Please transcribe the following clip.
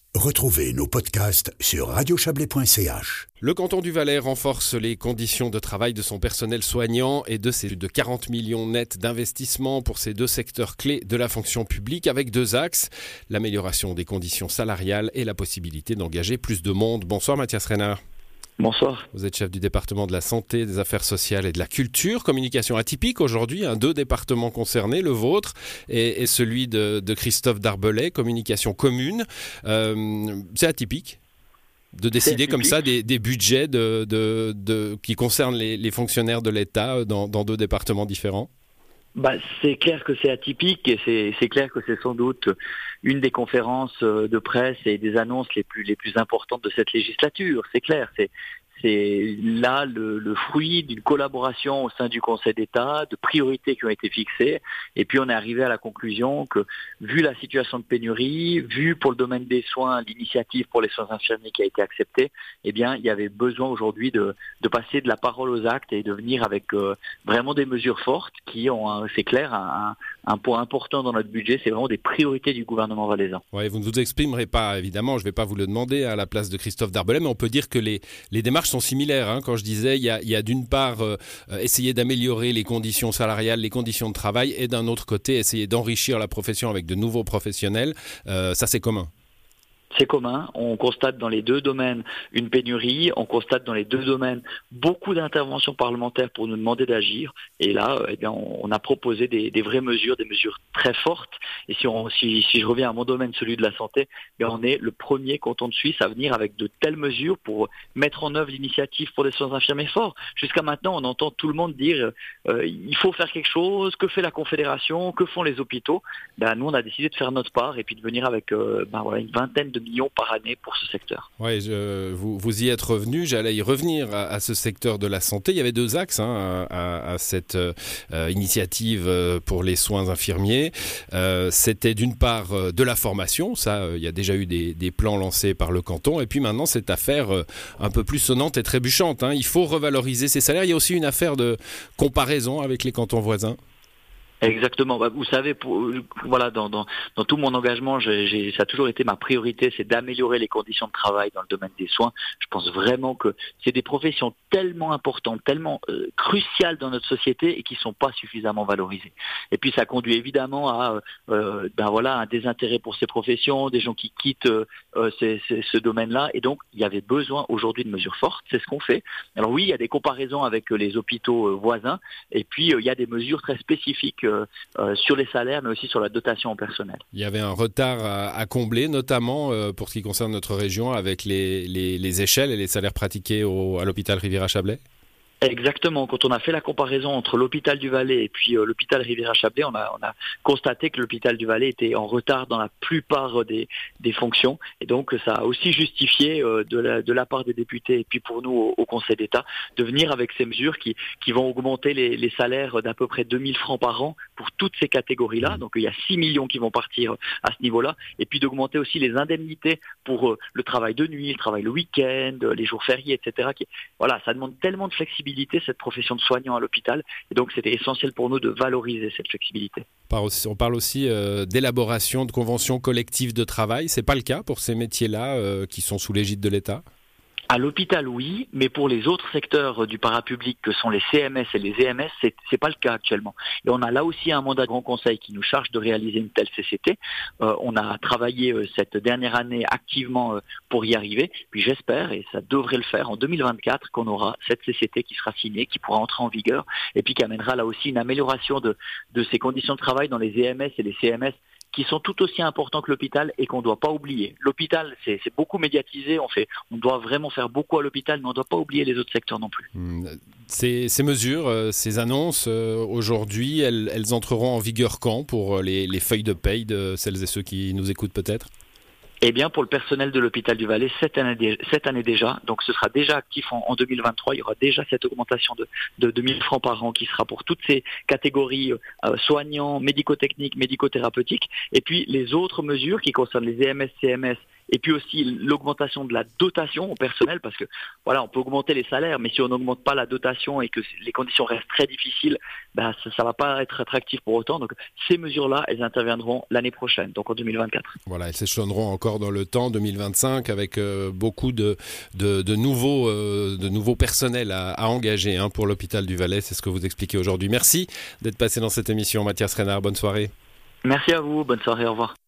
Retrouvez nos podcasts sur radiochablais.ch. Le canton du Valais renforce les conditions de travail de son personnel soignant et de ses plus de 40 millions nets d'investissement pour ces deux secteurs clés de la fonction publique avec deux axes, l'amélioration des conditions salariales et la possibilité d'engager plus de monde. Bonsoir Mathias Reynard. Bonsoir. Vous êtes chef du département de la santé, des affaires sociales et de la culture. Communication atypique aujourd'hui, deux départements concernés, le vôtre et celui de Christophe Darbelay, communication commune. C'est atypique de décider comme ça des budgets qui concernent les fonctionnaires de l'État dans deux départements différents. C'est clair que c'est atypique et c'est clair que c'est sans doute une des conférences de presse et des annonces les plus importantes de cette législature. C'est clair, c'est là le fruit d'une collaboration au sein du Conseil d'État, de priorités qui ont été fixées. Et puis on est arrivé à la conclusion que, vu la situation de pénurie, vu pour le domaine des soins, l'initiative pour les soins infirmiers qui a été acceptée, il y avait besoin aujourd'hui de passer de la parole aux actes et de venir avec vraiment des mesures fortes qui ont, c'est clair, un point important dans notre budget. C'est vraiment des priorités du gouvernement valaisan. Ouais, vous ne vous exprimerez pas, évidemment, je ne vais pas vous le demander à la place de Christophe Darbelay, mais on peut dire que les démarches sont similaires. Quand je disais, il y a d'une part essayer d'améliorer les conditions salariales, les conditions de travail, et d'un autre côté, essayer d'enrichir la profession avec de nouveaux professionnels. Ça, c'est commun. C'est commun. On constate dans les deux domaines une pénurie. On constate dans les deux domaines beaucoup d'interventions parlementaires pour nous demander d'agir. Et là, on a proposé des vraies mesures, des mesures très fortes. Et si je reviens à mon domaine, celui de la santé, on est le premier canton de Suisse à venir avec de telles mesures pour mettre en œuvre l'initiative pour des soins infirmiers forts. Jusqu'à maintenant, on entend tout le monde dire il faut faire quelque chose. Que fait la Confédération? Que font les hôpitaux? Nous, on a décidé de faire notre part et puis de venir avec une vingtaine de millions par année pour ce secteur. Oui, vous y êtes revenu, j'allais y revenir à ce secteur de la santé. Il y avait deux axes à cette initiative pour les soins infirmiers. C'était d'une part de la formation, ça, il y a déjà eu des plans lancés par le canton, et puis maintenant cette affaire un peu plus sonnante et trébuchante. Il faut revaloriser ces salaires. Il y a aussi une affaire de comparaison avec les cantons voisins. Exactement. Vous savez, dans tout mon engagement, ça a toujours été ma priorité, c'est d'améliorer les conditions de travail dans le domaine des soins. Je pense vraiment que c'est des professions tellement importantes, tellement cruciales dans notre société et qui sont pas suffisamment valorisées. Et puis ça conduit évidemment à un désintérêt pour ces professions, des gens qui quittent ce domaine-là. Et donc il y avait besoin aujourd'hui de mesures fortes. C'est ce qu'on fait. Alors oui, il y a des comparaisons avec les hôpitaux voisins, et puis il y a des mesures très spécifiques sur les salaires, mais aussi sur la dotation en personnel. Il y avait un retard à combler, notamment pour ce qui concerne notre région, avec les échelles et les salaires pratiqués à l'hôpital Riviera-Chablais. Exactement. Quand on a fait la comparaison entre l'hôpital du Valais et puis l'hôpital Riviera-Chablais, on a constaté que l'hôpital du Valais était en retard dans la plupart des fonctions, et donc ça a aussi justifié de la part des députés et puis pour nous au Conseil d'État de venir avec ces mesures qui vont augmenter les salaires d'à peu près 2000 francs par an pour toutes ces catégories-là. Donc il y a 6 millions qui vont partir à ce niveau-là, et puis d'augmenter aussi les indemnités pour le travail de nuit, le travail le week-end, les jours fériés, etc. Ça demande tellement de flexibilité, cette profession de soignant à l'hôpital, et donc c'était essentiel pour nous de valoriser cette flexibilité. On parle aussi d'élaboration de conventions collectives de travail. C'est pas le cas pour ces métiers-là qui sont sous l'égide de l'État? À l'hôpital, oui, mais pour les autres secteurs du parapublic que sont les CMS et les EMS, c'est pas le cas actuellement. Et on a là aussi un mandat de Grand Conseil qui nous charge de réaliser une telle CCT. On a travaillé cette dernière année activement pour y arriver. Puis j'espère, et ça devrait le faire, en 2024, qu'on aura cette CCT qui sera signée, qui pourra entrer en vigueur, et puis qui amènera là aussi une amélioration de ces conditions de travail dans les EMS et les CMS, qui sont tout aussi importants que l'hôpital et qu'on ne doit pas oublier. L'hôpital, c'est beaucoup médiatisé, on doit vraiment faire beaucoup à l'hôpital, mais on ne doit pas oublier les autres secteurs non plus. Ces mesures, ces annonces, aujourd'hui, elles entreront en vigueur quand pour les feuilles de paye de celles et ceux qui nous écoutent peut-être ? Eh bien, pour le personnel de l'hôpital du Valais, cette année déjà, donc ce sera déjà actif en 2023, il y aura déjà cette augmentation de 2000 francs par an qui sera pour toutes ces catégories soignants, médico-techniques, médico-thérapeutiques, et puis les autres mesures qui concernent les EMS, CMS et puis aussi l'augmentation de la dotation au personnel, parce que voilà, on peut augmenter les salaires, mais si on n'augmente pas la dotation et que les conditions restent très difficiles, ça va pas être attractif pour autant. Donc ces mesures-là, elles interviendront l'année prochaine, donc en 2024. Voilà, elles s'échelonneront encore dans le temps, 2025, avec beaucoup de nouveaux personnels à engager pour l'hôpital du Valais. C'est ce que vous expliquez aujourd'hui. Merci d'être passé dans cette émission, Mathias Renard. Bonne soirée. Merci à vous. Bonne soirée. Au revoir.